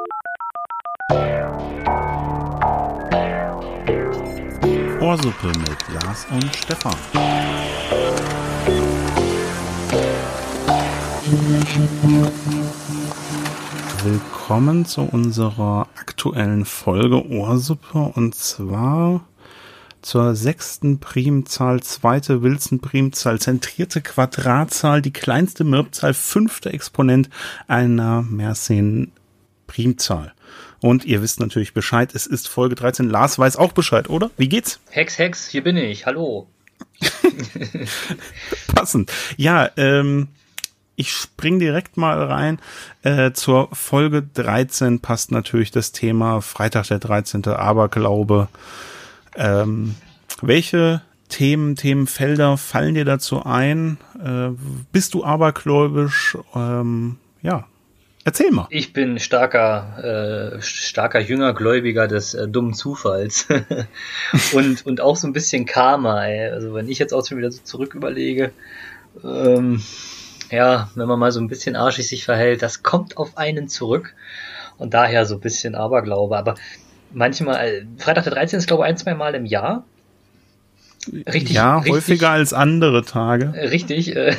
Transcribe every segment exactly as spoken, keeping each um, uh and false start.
Ohrsuppe mit Lars und Stefan. Willkommen zu unserer aktuellen Folge Ohrsuppe und zwar zur sechsten Primzahl, zweite Wilson-Primzahl, zentrierte Quadratzahl, die kleinste Mirbzahl, fünfte Exponent einer Mersenne Primzahl. Und ihr wisst natürlich Bescheid, es ist Folge dreizehn. Lars weiß auch Bescheid, oder? Wie geht's? Hex, Hex, hier bin ich. Hallo. Passend. Ja, ähm, ich spring direkt mal rein. Äh, zur Folge dreizehn passt natürlich das Thema Freitag der dreizehnte Aberglaube. Ähm, welche Themen, Themenfelder fallen dir dazu ein? Äh, bist du abergläubisch? Ähm, ja. Erzähl mal. Ich bin starker, äh, starker Jüngergläubiger des äh, dummen Zufalls und und auch so ein bisschen Karma. Ey. Also wenn ich jetzt auch schon wieder so zurück überlege, ähm, ja, wenn man mal so ein bisschen arschig sich verhält, das kommt auf einen zurück und daher so ein bisschen Aberglaube. Aber manchmal, äh, Freitag der dreizehnte ist glaube ich ein, zwei Mal im Jahr. Richtig, ja, richtig, häufiger als andere Tage. Richtig. Äh,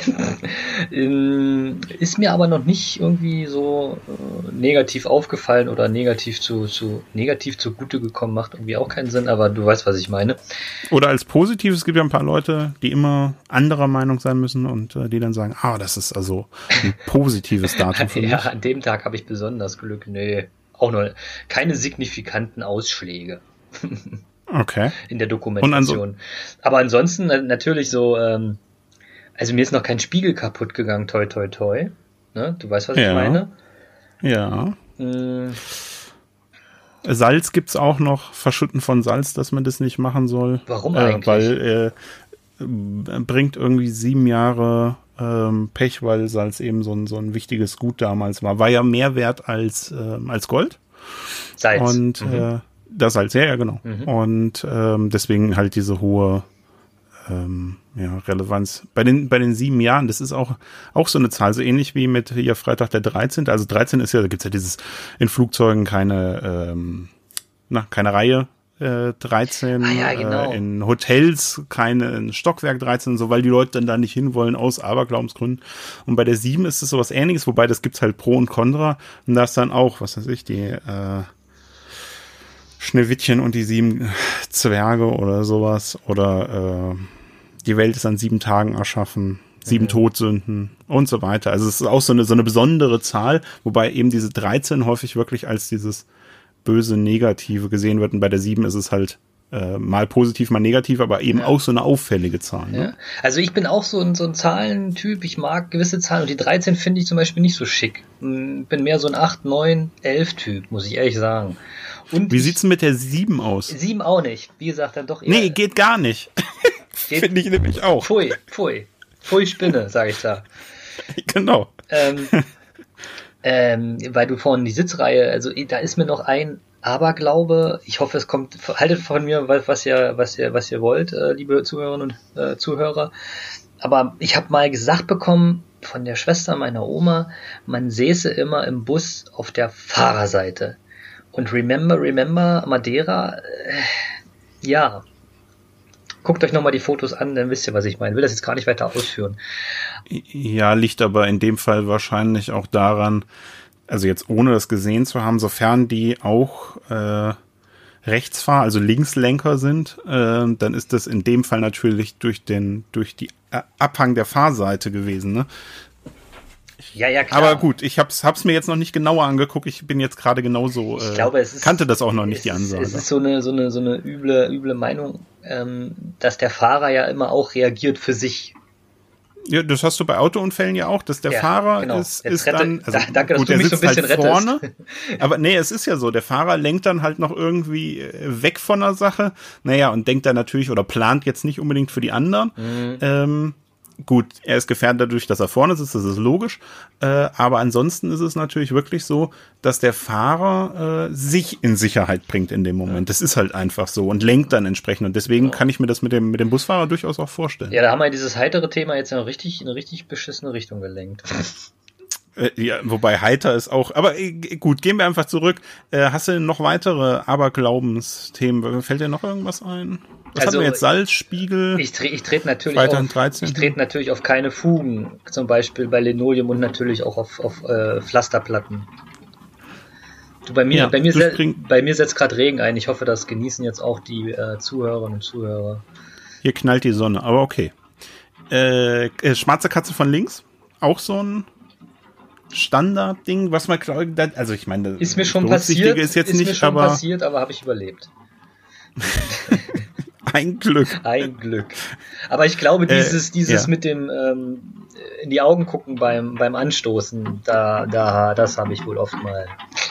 ist mir aber noch nicht irgendwie so äh, negativ aufgefallen oder negativ zu, zu negativ zugute gekommen, macht irgendwie auch keinen Sinn, aber du weißt, was ich meine. Oder als positiv, es gibt ja ein paar Leute, die immer anderer Meinung sein müssen und äh, die dann sagen, ah, das ist also ein positives Datum für mich. Ja, an dem Tag habe ich besonders Glück. Nee, auch noch keine signifikanten Ausschläge. Okay. In der Dokumentation. Anso- Aber ansonsten natürlich so, ähm, also mir ist noch kein Spiegel kaputt gegangen, toi toi toi. Ne? Du weißt, was ja. ich meine? Ja. Hm. Salz gibt's auch noch, Verschütten von Salz, dass man das nicht machen soll. Warum äh, eigentlich? Weil äh, bringt irgendwie sieben Jahre ähm, Pech, weil Salz eben so ein, so ein wichtiges Gut damals war. War ja mehr wert als, ähm, als Gold. Salz. Und mhm. äh, das Salz, ja, ja, genau. Mhm. Und ähm, deswegen halt diese hohe ähm, ja, Relevanz. Bei den, bei den sieben Jahren, das ist auch, auch so eine Zahl, so ähnlich wie mit hier Freitag der dreizehnte. Also dreizehn ist ja, da gibt's ja dieses, in Flugzeugen keine, ähm, na, keine Reihe äh, dreizehn, ah, ja, genau. äh, in Hotels keine Stockwerk dreizehn und so, weil die Leute dann da nicht hinwollen aus Aberglaubensgründen. Und bei der sieben ist es sowas Ähnliches, wobei das gibt's halt Pro und Contra. Und da ist dann auch, was weiß ich, die äh, Schneewittchen und die sieben Zwerge oder sowas oder äh, die Welt ist an sieben Tagen erschaffen, sieben mhm. Todsünden und so weiter. Also es ist auch so eine so eine besondere Zahl, wobei eben diese dreizehn häufig wirklich als dieses böse Negative gesehen wird und bei der sieben ist es halt äh, mal positiv, mal negativ, aber eben ja. auch so eine auffällige Zahl. Ne? Ja. Also ich bin auch so ein, so ein Zahlentyp, ich mag gewisse Zahlen und die dreizehn finde ich zum Beispiel nicht so schick. Bin mehr so ein acht, neun, elf Typ, muss ich ehrlich sagen. Und wie sieht's denn mit der sieben aus? sieben auch nicht. Wie gesagt, dann doch eher. Nee, geht gar nicht. Finde ich nämlich auch. Pfui, pfui. Pfui Spinne, sage ich da. Genau. Ähm, ähm, weil du vorhin die Sitzreihe, also da ist mir noch ein Aberglaube. Ich hoffe, es kommt, haltet von mir, was ihr, was ihr, was ihr wollt, äh, liebe Zuhörerinnen und äh, Zuhörer. Aber ich habe mal gesagt bekommen von der Schwester meiner Oma, man säße immer im Bus auf der Fahrerseite. Und remember, remember, Madeira, äh, ja, guckt euch nochmal die Fotos an, dann wisst ihr, was ich meine. Ich will das jetzt gar nicht weiter ausführen. Ja, liegt aber in dem Fall wahrscheinlich auch daran, also jetzt ohne das gesehen zu haben, sofern die auch äh, Rechtsfahr-, also Linkslenker sind, äh, dann ist das in dem Fall natürlich durch den durch die Abhang der Fahrseite gewesen, ne? Ja, ja, klar. Aber gut, ich hab's, hab's mir jetzt noch nicht genauer angeguckt. Ich bin jetzt gerade genauso, äh, ich glaube, es ist, kannte das auch noch nicht, die Ansage. Es ist so eine, so eine, so eine üble, üble Meinung, ähm, dass der Fahrer ja immer auch reagiert für sich. Ja, das hast du bei Autounfällen ja auch, dass der ja, Fahrer genau. ist, jetzt ist rette, dann, also da, danke, dass gut, du er mich so ein bisschen halt vorne, rettest. Aber nee, es ist ja so, der Fahrer lenkt dann halt noch irgendwie weg von der Sache, naja, und denkt dann natürlich oder plant jetzt nicht unbedingt für die anderen, mhm. ähm, gut, er ist gefährdet dadurch, dass er vorne sitzt, das ist logisch. Äh, aber ansonsten ist es natürlich wirklich so, dass der Fahrer äh, sich in Sicherheit bringt in dem Moment. Das ist halt einfach so und lenkt dann entsprechend. Und deswegen ja. kann ich mir das mit dem mit dem Busfahrer durchaus auch vorstellen. Ja, da haben wir dieses heitere Thema jetzt in eine richtig, in eine richtig beschissene Richtung gelenkt. Äh, ja, wobei heiter ist auch, aber äh, gut, gehen wir einfach zurück. Äh, hast du noch weitere Aberglaubensthemen? Fällt dir noch irgendwas ein? Was Also, hatten wir jetzt? Salzspiegel? Ich, tre ich trete natürlich, Freitag, auf, ich tret natürlich auf keine Fugen, zum Beispiel bei Linoleum und natürlich auch auf, auf äh, Pflasterplatten. Du, bei mir, Ja, bei mir, du se spring- bei mir setzt gerade Regen ein. Ich hoffe, das genießen jetzt auch die äh, Zuhörerinnen und Zuhörer. Hier knallt die Sonne, aber okay. Äh, äh, Schwarze Katze von links? Auch so ein Standardding, was man, also ich meine, Ist mir schon Berücksichtige passiert, ist jetzt ist nicht, mir schon aber passiert, aber habe ich überlebt. ein Glück. Ein Glück. Aber ich glaube, dieses, Äh, dieses ja. mit dem ähm, in die Augen gucken beim, beim Anstoßen, da, da, das habe ich wohl oft mal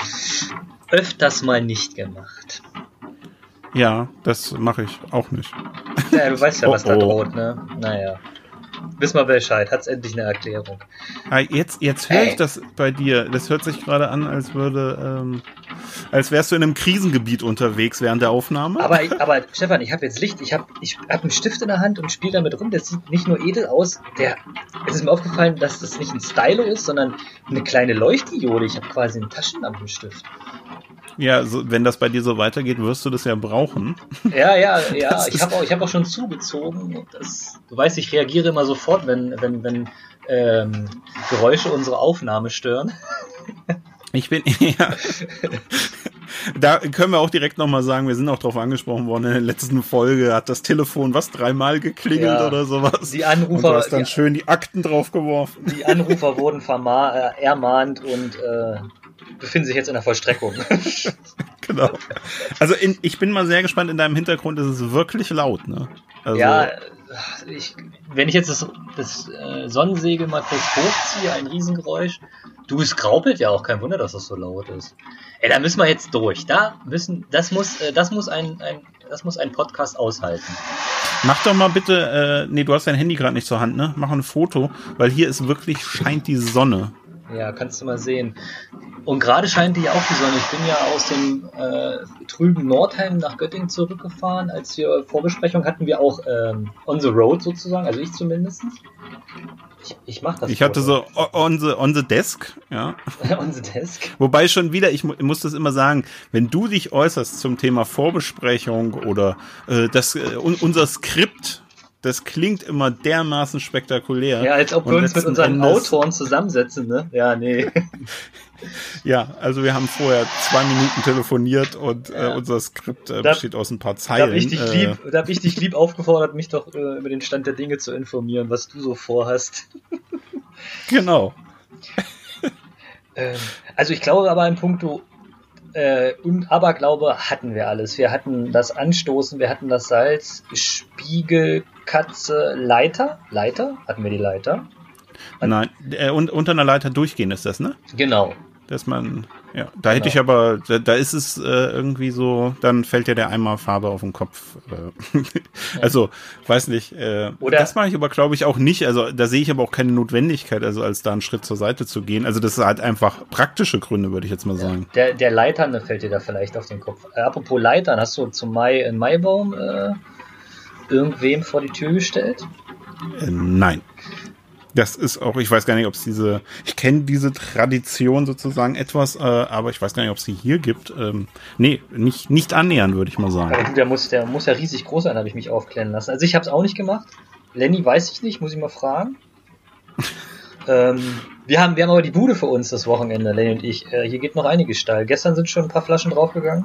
öfters mal nicht gemacht. Ja, das mache ich auch nicht. Ja, du weißt ja, was Oh, da oh. droht, ne? Naja. Wiss mal Bescheid, hat's endlich eine Erklärung. Ah, Jetzt, jetzt höre Ey. ich das bei dir. Das hört sich gerade an, als würde, ähm, als wärst du in einem Krisengebiet unterwegs während der Aufnahme. Aber, ich, aber Stefan, ich habe jetzt Licht, ich habe ich hab einen Stift in der Hand und spiele damit rum. Der sieht nicht nur edel aus, der, es ist mir aufgefallen, dass das nicht ein Stylo ist, sondern eine kleine Leuchtdiode. Ich habe quasi einen Taschenlampenstift. Ja, so, wenn das bei dir so weitergeht, wirst du das ja brauchen. Ja, ja, ja. Das Ich ist- habe auch, ich hab auch schon zugezogen. Und das, du weißt, ich reagiere immer sofort, wenn, wenn, wenn ähm, Geräusche unsere Aufnahme stören. Ich bin, ja. Da können wir auch direkt nochmal sagen, wir sind auch drauf angesprochen worden, in der letzten Folge hat das Telefon was dreimal geklingelt Ja. oder sowas. Die Und du Anrufer, hast dann die, schön die Akten drauf geworfen. die Anrufer wurden verma äh, ermahnt und äh, befinden sich jetzt in der Vollstreckung. Genau. Also in, ich bin mal sehr gespannt, in deinem Hintergrund ist es wirklich laut, ne? Also, Ja, ich, wenn ich jetzt das, das äh, Sonnensegel mal kurz hochziehe, ein Riesengeräusch. Du, es graupelt ja auch, kein Wunder, dass das so laut ist. Ey, da müssen wir jetzt durch. Da müssen, das muss, äh, das muss ein, ein, das muss ein Podcast aushalten. Mach doch mal bitte, äh, nee, du hast dein Handy gerade nicht zur Hand, ne? Mach ein Foto, weil hier ist wirklich, scheint die Sonne. Ja, kannst du mal sehen. Und gerade scheint die auch die Sonne. Ich bin ja aus dem äh, trüben Nordheim nach Göttingen zurückgefahren. Als wir Vorbesprechung hatten, wir auch ähm, on the road sozusagen, also ich zumindest. Ich, ich mach das. Ich hatte so o- on the, on the desk, ja. on the desk. Wobei schon wieder, ich mu muss das immer sagen, wenn du dich äußerst zum Thema Vorbesprechung oder äh, das äh, un unser Skript, das klingt immer dermaßen spektakulär. Ja, als ob wir Und uns mit letzten unseren Endes- Autoren zusammensetzen, ne? Ja, nee. Ja, also wir haben vorher zwei Minuten telefoniert und Ja. äh, unser Skript äh, Da- besteht aus ein paar Da Zeilen. habe ich, dich äh, lieb, da hab ich dich lieb aufgefordert, mich doch äh, über den Stand der Dinge zu informieren, was du so vorhast. Genau. Ähm, also ich glaube aber in puncto äh, und Aberglaube hatten wir alles. Wir hatten das Anstoßen, wir hatten das Salz, Spiegel, Katze, Leiter. Leiter? Hatten wir die Leiter? Nein, äh, und unter einer Leiter durchgehen ist das, ne? Genau. Dass man, ja, da hätte Genau. ich aber, da, da ist es äh, irgendwie so, dann fällt ja der Eimer Farbe auf den Kopf. Äh. Also, weiß nicht. Äh, Oder- das mache ich aber, glaube ich, auch nicht. Also, da sehe ich aber auch keine Notwendigkeit, also als da einen Schritt zur Seite zu gehen. Also, das hat einfach praktische Gründe, würde ich jetzt mal sagen. Der, der Leitern ne, fällt dir da vielleicht auf den Kopf. Äh, apropos Leitern, hast du zum Mai einen Maibaum äh, irgendwem vor die Tür gestellt? Äh, nein. Das ist auch, ich weiß gar nicht, ob es diese, ich kenne diese Tradition sozusagen etwas, äh, aber ich weiß gar nicht, ob es sie hier gibt. Ähm, nee, nicht, nicht annähernd, würde ich mal sagen. Aber du, der muss, der muss ja riesig groß sein, habe ich mich aufklären lassen. Also ich habe es auch nicht gemacht. Lenny weiß ich nicht, muss ich mal fragen. ähm, wir haben, wir haben aber die Bude für uns das Wochenende, Lenny und ich. Äh, hier geht noch einiges steil. Gestern sind schon ein paar Flaschen draufgegangen.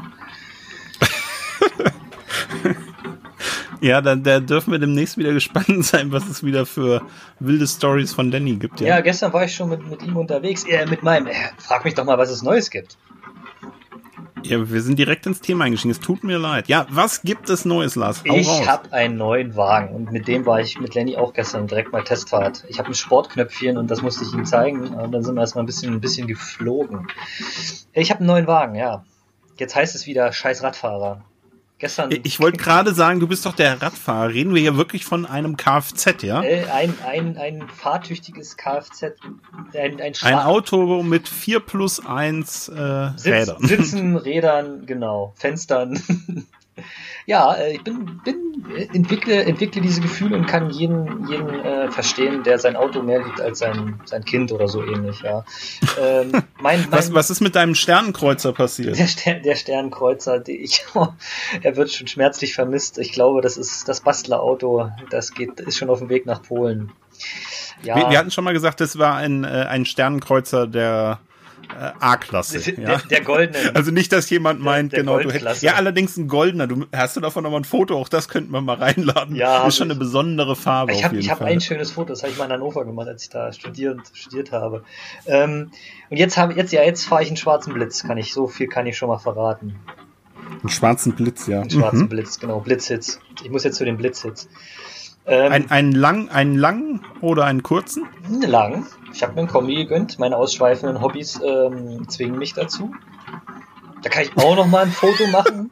Ja, da, da dürfen wir demnächst wieder gespannt sein, was es wieder für wilde Stories von Danny gibt. Ja, Ja, gestern war ich schon mit, mit ihm unterwegs. Äh, mit meinem. Äh, frag mich doch mal, was es Neues gibt. ja, wir sind direkt ins Thema eingestiegen. Es tut mir leid. Ja, was gibt es Neues, Lars? Hau Ich raus. habe einen neuen Wagen und mit dem war ich mit Lenny auch gestern direkt mal Testfahrt. Ich habe ein Sportknöpfchen und das musste ich ihm zeigen und dann sind wir erstmal ein bisschen, ein bisschen geflogen. Ich habe einen neuen Wagen, ja. Jetzt heißt es wieder scheiß Radfahrer. Gestern Ich wollte gerade sagen, du bist doch der Radfahrer. Reden wir hier wirklich von einem Kfz, ja? äh, ein, ein, ein fahrtüchtiges Kfz, ein, ein, Ein Schra- Auto mit vier plus eins äh, Sitz, Rädern. Sitzen, Rädern, genau, Fenstern. Ja, äh, ich bin, bin entwickle, entwickle diese Gefühle und kann jeden, jeden äh, verstehen, der sein Auto mehr liebt als sein, sein Kind oder so ähnlich, ja. Ähm, mein, mein, was, was ist mit deinem Sternenkreuzer passiert? Der, Stern, der Sternenkreuzer, die ich, er wird schon schmerzlich vermisst. Ich glaube, das ist das Bastlerauto, das geht, ist schon auf dem Weg nach Polen. Ja. Wir, wir hatten schon mal gesagt, das war ein, äh, ein Sternenkreuzer der äh, A-Klasse. Der, ja? der goldene. Also nicht, dass jemand meint, der, der genau, du hättest. Ja, allerdings ein goldener. Du hast du davon nochmal ein Foto, auch das könnten wir mal reinladen. Ja, ist schon eine besondere Farbe. Ich habe hab ein schönes Foto, das habe ich mal in Hannover gemacht, als ich da studiert, studiert habe. Ähm, und jetzt habe jetzt, ja, jetzt fahre ich einen schwarzen Blitz, kann ich, so viel kann ich schon mal verraten. Einen schwarzen Blitz, ja. Einen schwarzen mhm. Blitz, genau, Blitzhits. Ich muss jetzt zu den Blitzhits. Ähm, ein, einen lang, einen langen oder einen kurzen? Lang. Ich habe mir einen Kombi gegönnt. Meine ausschweifenden Hobbys ähm, zwingen mich dazu. Da kann ich auch noch mal ein Foto machen.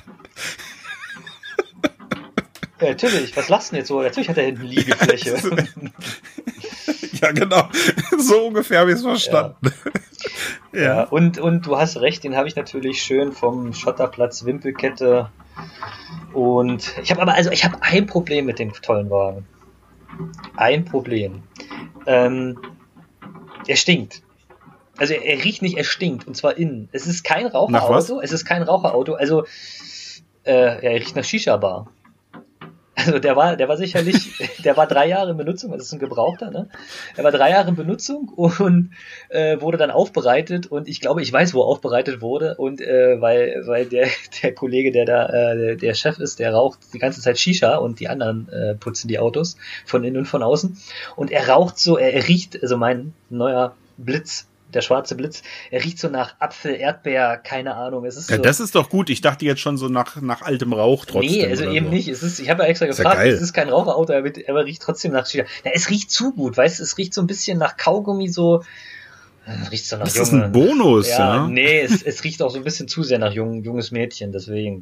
Ja, natürlich. Was lachst du denn jetzt so? Natürlich hat er hinten Liegefläche. Ja, genau. So ungefähr habe ich es verstanden. Ja. Ja. Ja, und, und du hast recht, den habe ich natürlich schön vom Schotterplatz Wimpelkette. Und ich habe aber, also ich habe ein Problem mit dem tollen Wagen. Ein Problem. Ähm, er stinkt. Also er, er riecht nicht, er stinkt. Und zwar innen. Es ist kein Raucherauto. Es ist kein Raucherauto. Also äh, er riecht nach Shisha-Bar. Also der war, der war sicherlich, der war drei Jahre in Benutzung, das ist ein Gebrauchter, ne? Er war drei Jahre in Benutzung und äh, wurde dann aufbereitet und ich glaube, ich weiß, wo er aufbereitet wurde und äh, weil, weil der, der Kollege, der da äh, der Chef ist, der raucht die ganze Zeit Shisha und die anderen äh, putzen die Autos von innen und von außen und er raucht so, er, er riecht, also mein neuer Blitz, der schwarze Blitz, er riecht so nach Apfel, Erdbeer, keine Ahnung. Es ist ja, so, das ist doch gut. Ich dachte jetzt schon so nach, nach altem Rauch trotzdem. Nee, also eben so. nicht. Es ist, ich habe ja extra gefragt, ja es ist kein Raucherauto, aber er riecht trotzdem nach Shisha. Ja, es riecht zu gut, weißt du, es riecht so ein bisschen nach Kaugummi, so, riecht so nach das Junge. Ist ein Bonus, ja. ja. Nee, es, es riecht auch so ein bisschen zu sehr nach jung, junges Mädchen, deswegen.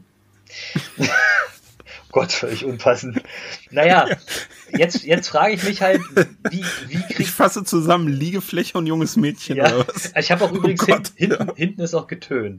Gott, völlig unpassend. Naja, ja. jetzt, jetzt frage ich mich halt, wie, wie krieg ich fasse zusammen Liegefläche und junges Mädchen ja. oder was? Ich habe auch übrigens oh Gott, hin, ja. hinten, hinten ist auch getönt.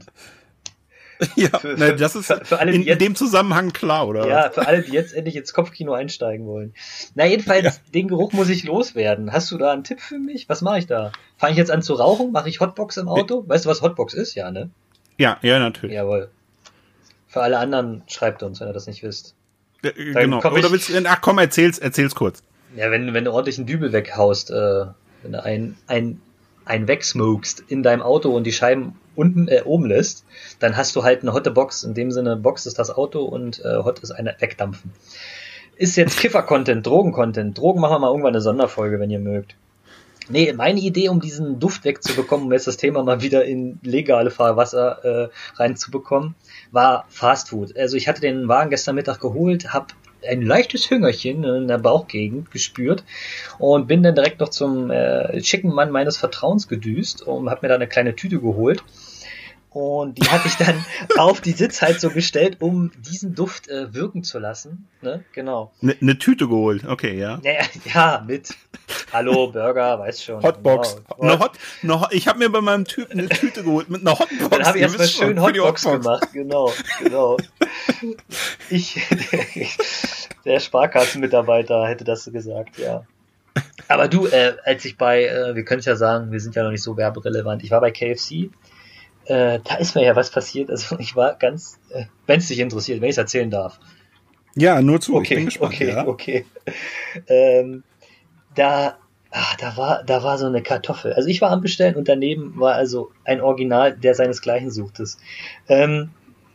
Ja, für, ne, das ist für, für alle, in, jetzt, in dem Zusammenhang klar, oder? Ja, für alle, die jetzt endlich ins Kopfkino einsteigen wollen. Na, jedenfalls, ja. den Geruch muss ich loswerden. Hast du da einen Tipp für mich? Was mache ich da? Fange ich jetzt an zu rauchen? Mache ich Hotbox im Auto? Weißt du, was Hotbox ist? Ja, ne? Ja, ja, natürlich. Jawohl. Für alle anderen schreibt uns, wenn ihr das nicht wisst. Ja, genau. Oder willst du, ach komm, erzähl's, erzähl's kurz. Ja, wenn, wenn du ordentlich einen Dübel weghaust, äh, wenn du ein, ein, ein wegsmokest in deinem Auto und die Scheiben unten, äh, oben lässt, dann hast du halt eine hotte Box. In dem Sinne, Box ist das Auto und äh, Hot ist eine Wegdampfen. Ist jetzt Kiffer-Content, Drogen-Content. Drogen machen wir mal irgendwann eine Sonderfolge, wenn ihr mögt. Nee, meine Idee, um diesen Duft wegzubekommen, um jetzt das Thema mal wieder in legale Fahrwasser äh, reinzubekommen, war Fastfood. Also ich hatte den Wagen gestern Mittag geholt, habe ein leichtes Hüngerchen in der Bauchgegend gespürt und bin dann direkt noch zum äh, schicken Mann meines Vertrauens gedüst und habe mir da eine kleine Tüte geholt. Und die hatte ich dann auf die Sitzheizung gestellt, um diesen Duft äh, wirken zu lassen. Ne? Genau. Eine ne Tüte geholt, okay, ja. Ja, ja, mit Hallo, Burger, weiß schon. Hotbox. Genau. Eine Hot, eine, ich habe mir bei meinem Typ eine Tüte geholt mit einer Hotbox. Dann habe ich erstmal schön Hotbox, Hotbox gemacht, genau, genau. Ich, der, der Sparkassenmitarbeiter hätte das so gesagt, ja. Aber du, äh, als ich bei, äh, wir können es ja sagen, wir sind ja noch nicht so werberelevant, ich war bei K F C. Äh, da ist mir ja was passiert. Also ich war ganz, äh, wenn es dich interessiert, wenn ich es erzählen darf. Ja, nur zu. Okay, ich bin gespannt, okay, ja. okay. Ähm, da, ach, da war, da war so eine Kartoffel. Also ich war am Bestellen und daneben war also ein Original, der seinesgleichen suchte. Ähm,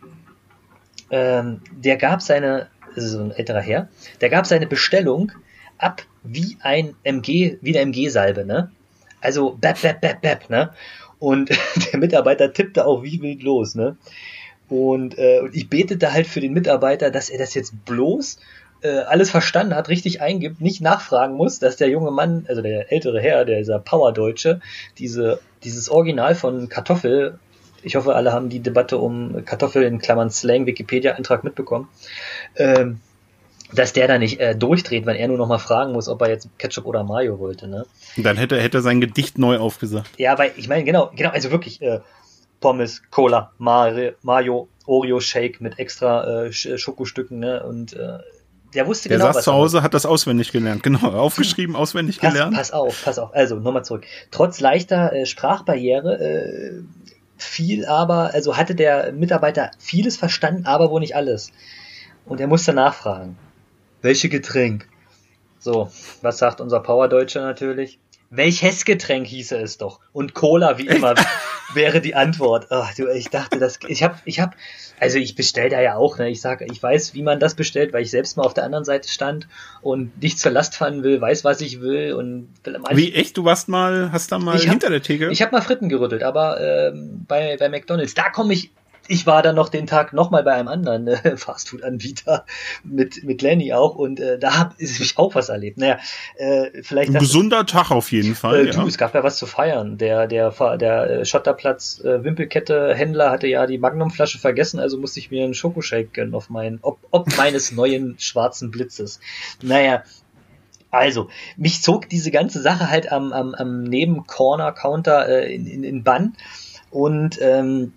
ähm, der gab seine, also so ein älterer Herr, der gab seine Bestellung ab wie ein M G, wie eine M G-Salbe, ne? Also bap, bap, bap, bap, ne? Und der Mitarbeiter tippte auch wie wild los, ne? Und, äh, und ich betete halt für den Mitarbeiter, dass er das jetzt bloß äh, alles verstanden hat, richtig eingibt, nicht nachfragen muss, dass der junge Mann, also der ältere Herr, dieser Powerdeutsche, diese, dieses Original von Kartoffel, ich hoffe, alle haben die Debatte um Kartoffel in Klammern Slang, Wikipedia-Eintrag mitbekommen, ähm, dass der da nicht äh, durchdreht, wenn er nur noch mal fragen muss, ob er jetzt Ketchup oder Mayo wollte, ne? Dann hätte hätte er sein Gedicht neu aufgesagt. Ja, weil ich meine, genau, genau, also wirklich äh, Pommes, Cola, Mare, Mayo, Oreo Shake mit extra äh, Schokostücken, ne? Und äh, der wusste der genau, saß was zu er Hause, hat das auswendig gelernt. Genau, aufgeschrieben, auswendig pass, gelernt. Pass auf, pass auf. Also, nochmal zurück. Trotz leichter äh, Sprachbarriere äh, viel aber, also hatte der Mitarbeiter vieles verstanden, aber wohl nicht alles. Und er musste nachfragen. Welche Getränk? So, was sagt unser Powerdeutscher natürlich? Welches Getränk hieße es doch? Und Cola, wie immer, wäre die Antwort. Ach, du, ich dachte, das, ich hab, ich hab, also ich bestell da ja auch, ne? Ich sag, ich weiß, wie man das bestellt, weil ich selbst mal auf der anderen Seite stand und nicht zur Last fallen will, weiß, was ich will und wie echt? Du warst mal, hast da mal hab, hinter der Theke? Ich habe mal Fritten gerüttelt, aber ähm, bei bei McDonald's, da komme ich. Ich war dann noch den Tag nochmal bei einem anderen äh, Fastfood-Anbieter mit mit Lenny auch und äh, da habe ich auch was erlebt. Naja, äh, vielleicht ein gesunder Tag auf jeden Fall. Äh, ja. Du, es gab ja was zu feiern. Der der der Schotterplatz äh, Wimpelkette Händler hatte ja die Magnumflasche vergessen, also musste ich mir einen Schokoshake gönnen auf meinen ob, ob meines neuen schwarzen Blitzes. Naja. Also, mich zog diese ganze Sache halt am am, am Neben-Corner-Counter äh, in, in, in Bann und ähm,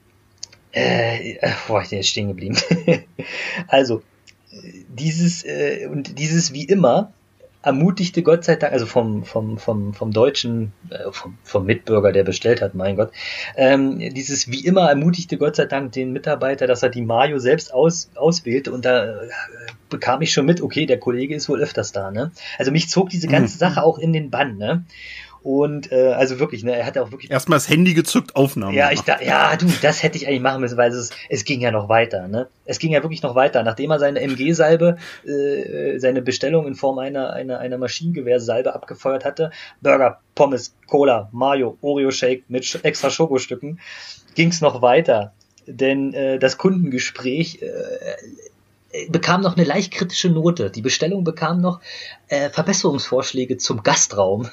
Äh, boah, ich bin jetzt stehen geblieben. Also, dieses, äh, und dieses wie immer ermutigte Gott sei Dank, also vom, vom, vom, vom Deutschen, äh, vom, vom Mitbürger, der bestellt hat, mein Gott, ähm, dieses wie immer ermutigte Gott sei Dank den Mitarbeiter, dass er die Mayo selbst aus, auswählte und da äh, bekam ich schon mit, okay, der Kollege ist wohl öfters da, ne? Also mich zog diese ganze mhm. Sache auch in den Bann, ne? Und äh, also wirklich, ne, er hatte auch wirklich erstmal das Handy gezückt, Aufnahme. Ja, ich da, ja, du, das hätte ich eigentlich machen müssen, weil es es ging ja noch weiter, ne? Es ging ja wirklich noch weiter, nachdem er seine M G-Salbe, äh, seine Bestellung in Form einer einer einer Maschinengewehrsalbe abgefeuert hatte, Burger, Pommes, Cola, Mayo, Oreo Shake mit extra Schokostücken, ging's noch weiter, denn äh, das Kundengespräch äh, bekam noch eine leicht kritische Note. Die Bestellung bekam noch äh, Verbesserungsvorschläge zum Gastraum.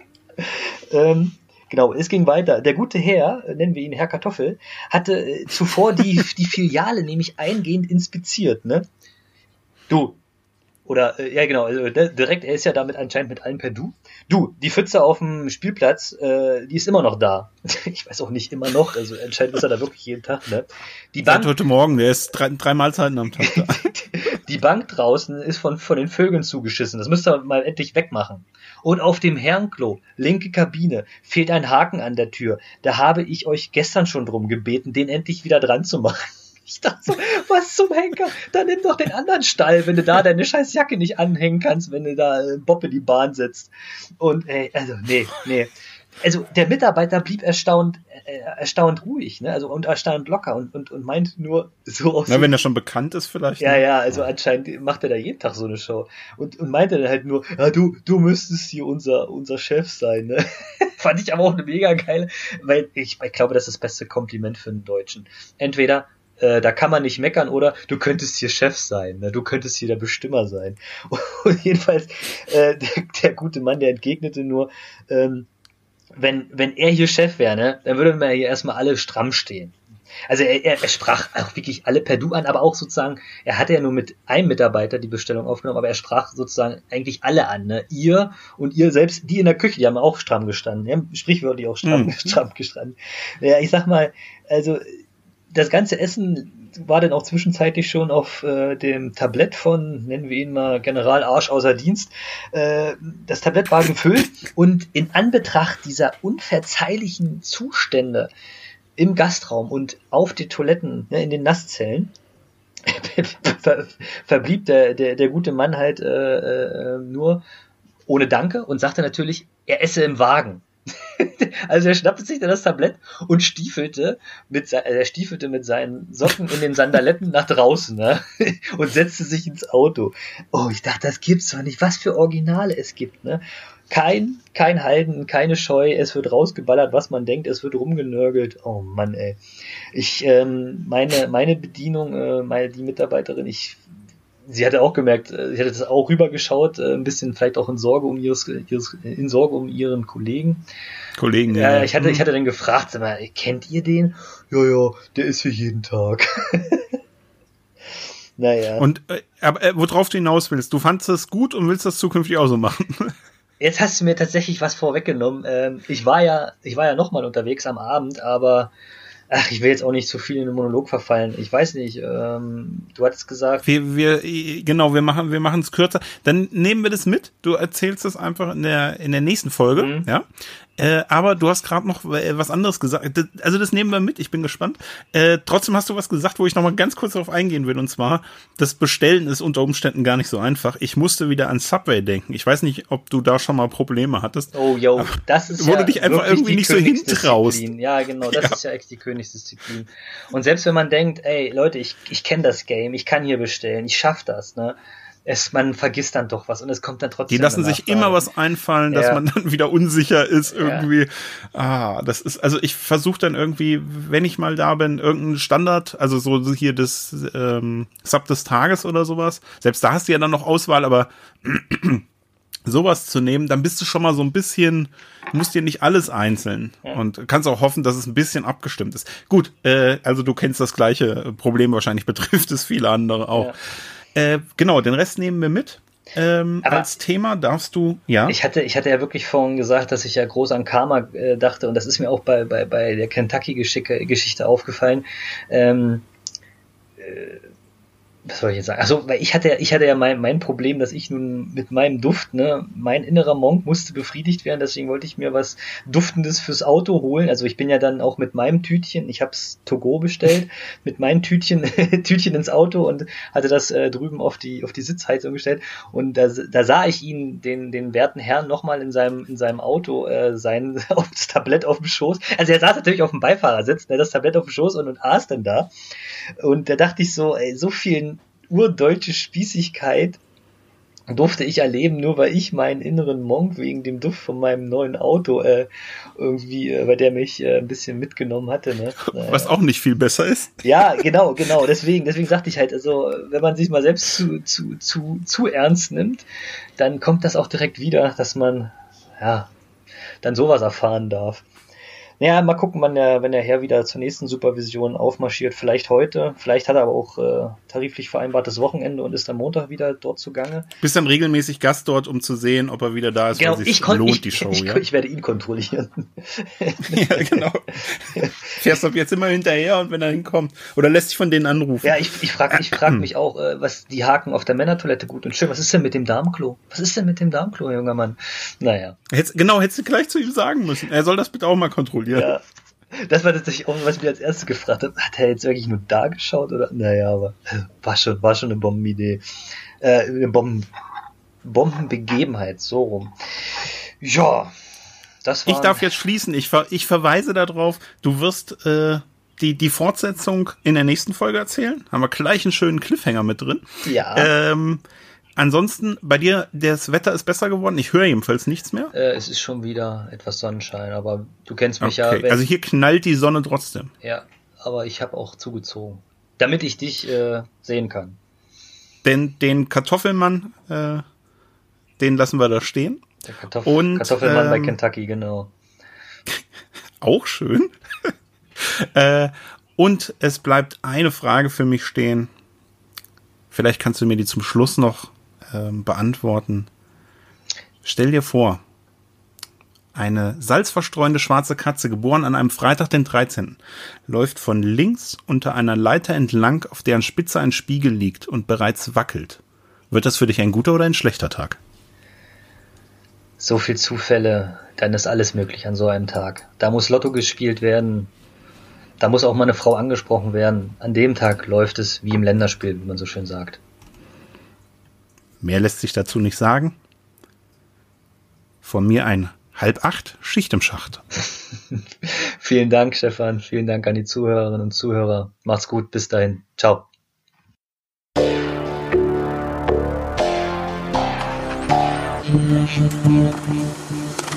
ähm, genau, es ging weiter. Der gute Herr, nennen wir ihn Herr Kartoffel, hatte äh, zuvor die, die Filiale nämlich eingehend inspiziert, ne? Du, oder, äh, ja genau, also direkt, er ist ja damit anscheinend mit allen per Du. Du, die Pfütze auf dem Spielplatz, äh, die ist immer noch da. Ich weiß auch nicht immer noch, also anscheinend ist er da wirklich jeden Tag, ne? Die Bank, Seit heute Morgen, der ist drei, drei Mahlzeiten am Tag da. Die Bank draußen ist von, von den Vögeln zugeschissen. Das müsst ihr mal endlich wegmachen. Und auf dem Herrenklo, linke Kabine, fehlt ein Haken an der Tür. Da habe ich euch gestern schon drum gebeten, den endlich wieder dran zu machen. Ich dachte so, was zum Henker? Dann nimm doch den anderen Stall, wenn du da deine scheiß Jacke nicht anhängen kannst, wenn du da äh, Bob in die Bahn setzt. Und ey, also nee, nee. Also der Mitarbeiter blieb erstaunt, äh, erstaunt ruhig, ne? Also und erstaunt locker und und und meint nur so aus. Na, wenn er schon bekannt ist, vielleicht. Ja, ne? ja, also anscheinend macht er da jeden Tag so eine Show und und meinte dann halt nur, ja, du du müsstest hier unser unser Chef sein, ne? Fand ich aber auch eine mega geile, weil ich, ich glaube, das ist das beste Kompliment für einen Deutschen. Entweder Äh, da kann man nicht meckern oder du könntest hier Chef sein, ne? Du könntest hier der Bestimmer sein. Und jedenfalls äh, der, der gute Mann, der entgegnete nur, ähm, wenn wenn er hier Chef wäre, ne, dann würden wir hier erstmal alle stramm stehen. Also er, er, er sprach auch wirklich alle per Du an, aber auch sozusagen, er hatte ja nur mit einem Mitarbeiter die Bestellung aufgenommen, aber er sprach sozusagen eigentlich alle an, ne? Ihr und ihr selbst, die in der Küche, die haben auch stramm gestanden, die haben sprichwörtlich auch stramm, mhm. stramm gestanden. Ja, ich sag mal, also das ganze Essen war dann auch zwischenzeitlich schon auf äh, dem Tablett von, nennen wir ihn mal General Arsch außer Dienst. Äh, das Tablett war gefüllt und in Anbetracht dieser unverzeihlichen Zustände im Gastraum und auf den Toiletten, ne, in den Nasszellen, ver, verblieb der, der, der gute Mann halt äh, äh, nur ohne Danke und sagte natürlich, er esse im Wagen. Also er schnappte sich dann das Tablett und stiefelte mit, er stiefelte mit seinen Socken in den Sandaletten nach draußen, ne? Und setzte sich ins Auto. Oh, ich dachte, das gibt's doch nicht. Was für Originale es gibt, ne? Kein, kein Halten, keine Scheu, es wird rausgeballert, was man denkt, es wird rumgenörgelt. Oh Mann, ey. Ich, ähm, meine, meine Bedienung, äh, meine, die Mitarbeiterin, ich, sie hatte auch gemerkt, sie hatte das auch rübergeschaut, ein bisschen vielleicht auch in Sorge um ihres, ihres in Sorge um ihren Kollegen. Kollegen, ja. Ich hatte, ich hatte dann gefragt, sag mal, kennt ihr den? Ja, ja, der ist hier jeden Tag. Naja. Und, äh, aber, äh, worauf du hinaus willst, du fandst es gut und willst das zukünftig auch so machen? Jetzt hast du mir tatsächlich was vorweggenommen. Ähm, ich war ja, ich war ja nochmal unterwegs am Abend, aber Ach, ich will jetzt auch nicht so viel in den Monolog verfallen. Ich weiß nicht, ähm, du hattest gesagt... Wir, wir, genau, wir machen wir machen es kürzer. Dann nehmen wir das mit. Du erzählst es einfach in der in der nächsten Folge, mhm. ja. Äh, aber du hast gerade noch was anderes gesagt. Das, also das nehmen wir mit, ich bin gespannt. Äh, trotzdem hast du was gesagt, wo ich noch mal ganz kurz darauf eingehen will. Und zwar, das Bestellen ist unter Umständen gar nicht so einfach. Ich musste wieder an Subway denken. Ich weiß nicht, ob du da schon mal Probleme hattest. Oh, yo, das ist wo ja du dich einfach irgendwie nicht so hintraust. Ja, genau, das ja. ist ja echt die Königsdisziplin. Und selbst wenn man denkt, ey, Leute, ich, ich kenne das Game, ich kann hier bestellen, ich schaff das, ne? Es, man vergisst dann doch was und es kommt dann trotzdem. Die lassen sich immer was einfallen, dass ja. man dann wieder unsicher ist irgendwie. Ja. Ah, das ist, also ich versuche dann irgendwie, wenn ich mal da bin, irgendeinen Standard, also so hier das ähm, Sub des Tages oder sowas. Selbst da hast du ja dann noch Auswahl, aber sowas zu nehmen, dann bist du schon mal so ein bisschen, musst dir nicht alles einzeln ja. und kannst auch hoffen, dass es ein bisschen abgestimmt ist. Gut, äh, also du kennst das gleiche Problem, wahrscheinlich betrifft es viele andere auch. Ja. Äh, genau, den Rest nehmen wir mit. Ähm, als Thema darfst du, ja. Ich hatte, ich hatte ja wirklich vorhin gesagt, dass ich ja groß an Karma äh, dachte und das ist mir auch bei, bei, bei der Kentucky-Geschichte aufgefallen. Ähm, äh, was soll ich jetzt sagen? Also, weil ich hatte, ich hatte ja mein, mein Problem, dass ich nun mit meinem Duft, ne, mein innerer Monk musste befriedigt werden, deswegen wollte ich mir was Duftendes fürs Auto holen. Also ich bin ja dann auch mit meinem Tütchen, ich hab's to go bestellt, mit meinem Tütchen, Tütchen ins Auto und hatte das äh, drüben auf die, auf die Sitzheizung gestellt. Und da, da sah ich ihn, den, den werten Herrn, nochmal in seinem, in seinem Auto, äh, sein, auf das Tablett auf dem Schoß. Also er saß natürlich auf dem Beifahrersitz, ne, das Tablett auf dem Schoß und, und aß dann da. Und da dachte ich so, ey, so viel urdeutsche Spießigkeit durfte ich erleben, nur weil ich meinen inneren Monk wegen dem Duft von meinem neuen Auto äh, irgendwie, äh, bei der mich äh, ein bisschen mitgenommen hatte. Ne? Was auch nicht viel besser ist. Ja, genau, genau. Deswegen, deswegen sagte ich halt, also wenn man sich mal selbst zu, zu, zu, zu ernst nimmt, dann kommt das auch direkt wieder, dass man ja dann sowas erfahren darf. Naja, mal gucken, wann der, wenn der Herr wieder zur nächsten Supervision aufmarschiert. Vielleicht heute, vielleicht hat er aber auch äh, tariflich vereinbartes Wochenende und ist am Montag wieder dort zugange. Bist dann regelmäßig Gast dort, um zu sehen, ob er wieder da ist, genau, weil sich ich kon- lohnt, ich, die Show. Ich, ja? ich werde ihn kontrollieren. Ja, genau. Fährst du jetzt immer hinterher und wenn er hinkommt, oder lässt sich von denen anrufen. Ja, ich, ich frage ich frag mich auch, äh, was die Haken auf der Männertoilette gut und schön. Was ist denn mit dem Darmklo? Was ist denn mit dem Darmklo, junger Mann? Naja. Hättest, genau, hättest du gleich zu ihm sagen müssen. Er soll das bitte auch mal kontrollieren. Ja. Das war tatsächlich auch, was ich mir als erstes gefragt habe. Hat er jetzt wirklich nur da geschaut? Oder? Naja, aber war schon, war schon eine Bombenidee. Äh, eine Bomben, Bombenbegebenheit, so rum. Ja, das war. Ich darf jetzt schließen. Ich, ver, ich verweise darauf, du wirst äh, die, die Fortsetzung in der nächsten Folge erzählen. Haben wir gleich einen schönen Cliffhanger mit drin. Ja. Ähm, Ansonsten, bei dir, das Wetter ist besser geworden. Ich höre jedenfalls nichts mehr. Äh, es ist schon wieder etwas Sonnenschein, aber du kennst mich okay. ja. Wenn, also hier knallt die Sonne trotzdem. Ja, aber ich habe auch zugezogen, damit ich dich äh, sehen kann. Denn den Kartoffelmann, äh, den lassen wir da stehen. Der Kartoffel, Und, Kartoffelmann ähm, bei Kentucky, genau. Auch schön. äh, und es bleibt eine Frage für mich stehen. Vielleicht kannst du mir die zum Schluss noch ähm, beantworten. Stell dir vor, eine salzverstreuende schwarze Katze, geboren an einem Freitag, den dreizehnten, läuft von links unter einer Leiter entlang, auf deren Spitze ein Spiegel liegt und bereits wackelt. Wird das für dich ein guter oder ein schlechter Tag? So viel Zufälle, dann ist alles möglich an so einem Tag. Da muss Lotto gespielt werden, da muss auch mal eine Frau angesprochen werden. An dem Tag läuft es wie im Länderspiel, wie man so schön sagt. Mehr lässt sich dazu nicht sagen. Von mir ein halb acht Schicht im Schacht. Vielen Dank, Stefan. Vielen Dank an die Zuhörerinnen und Zuhörer. Macht's gut. Bis dahin. Ciao. Thank you.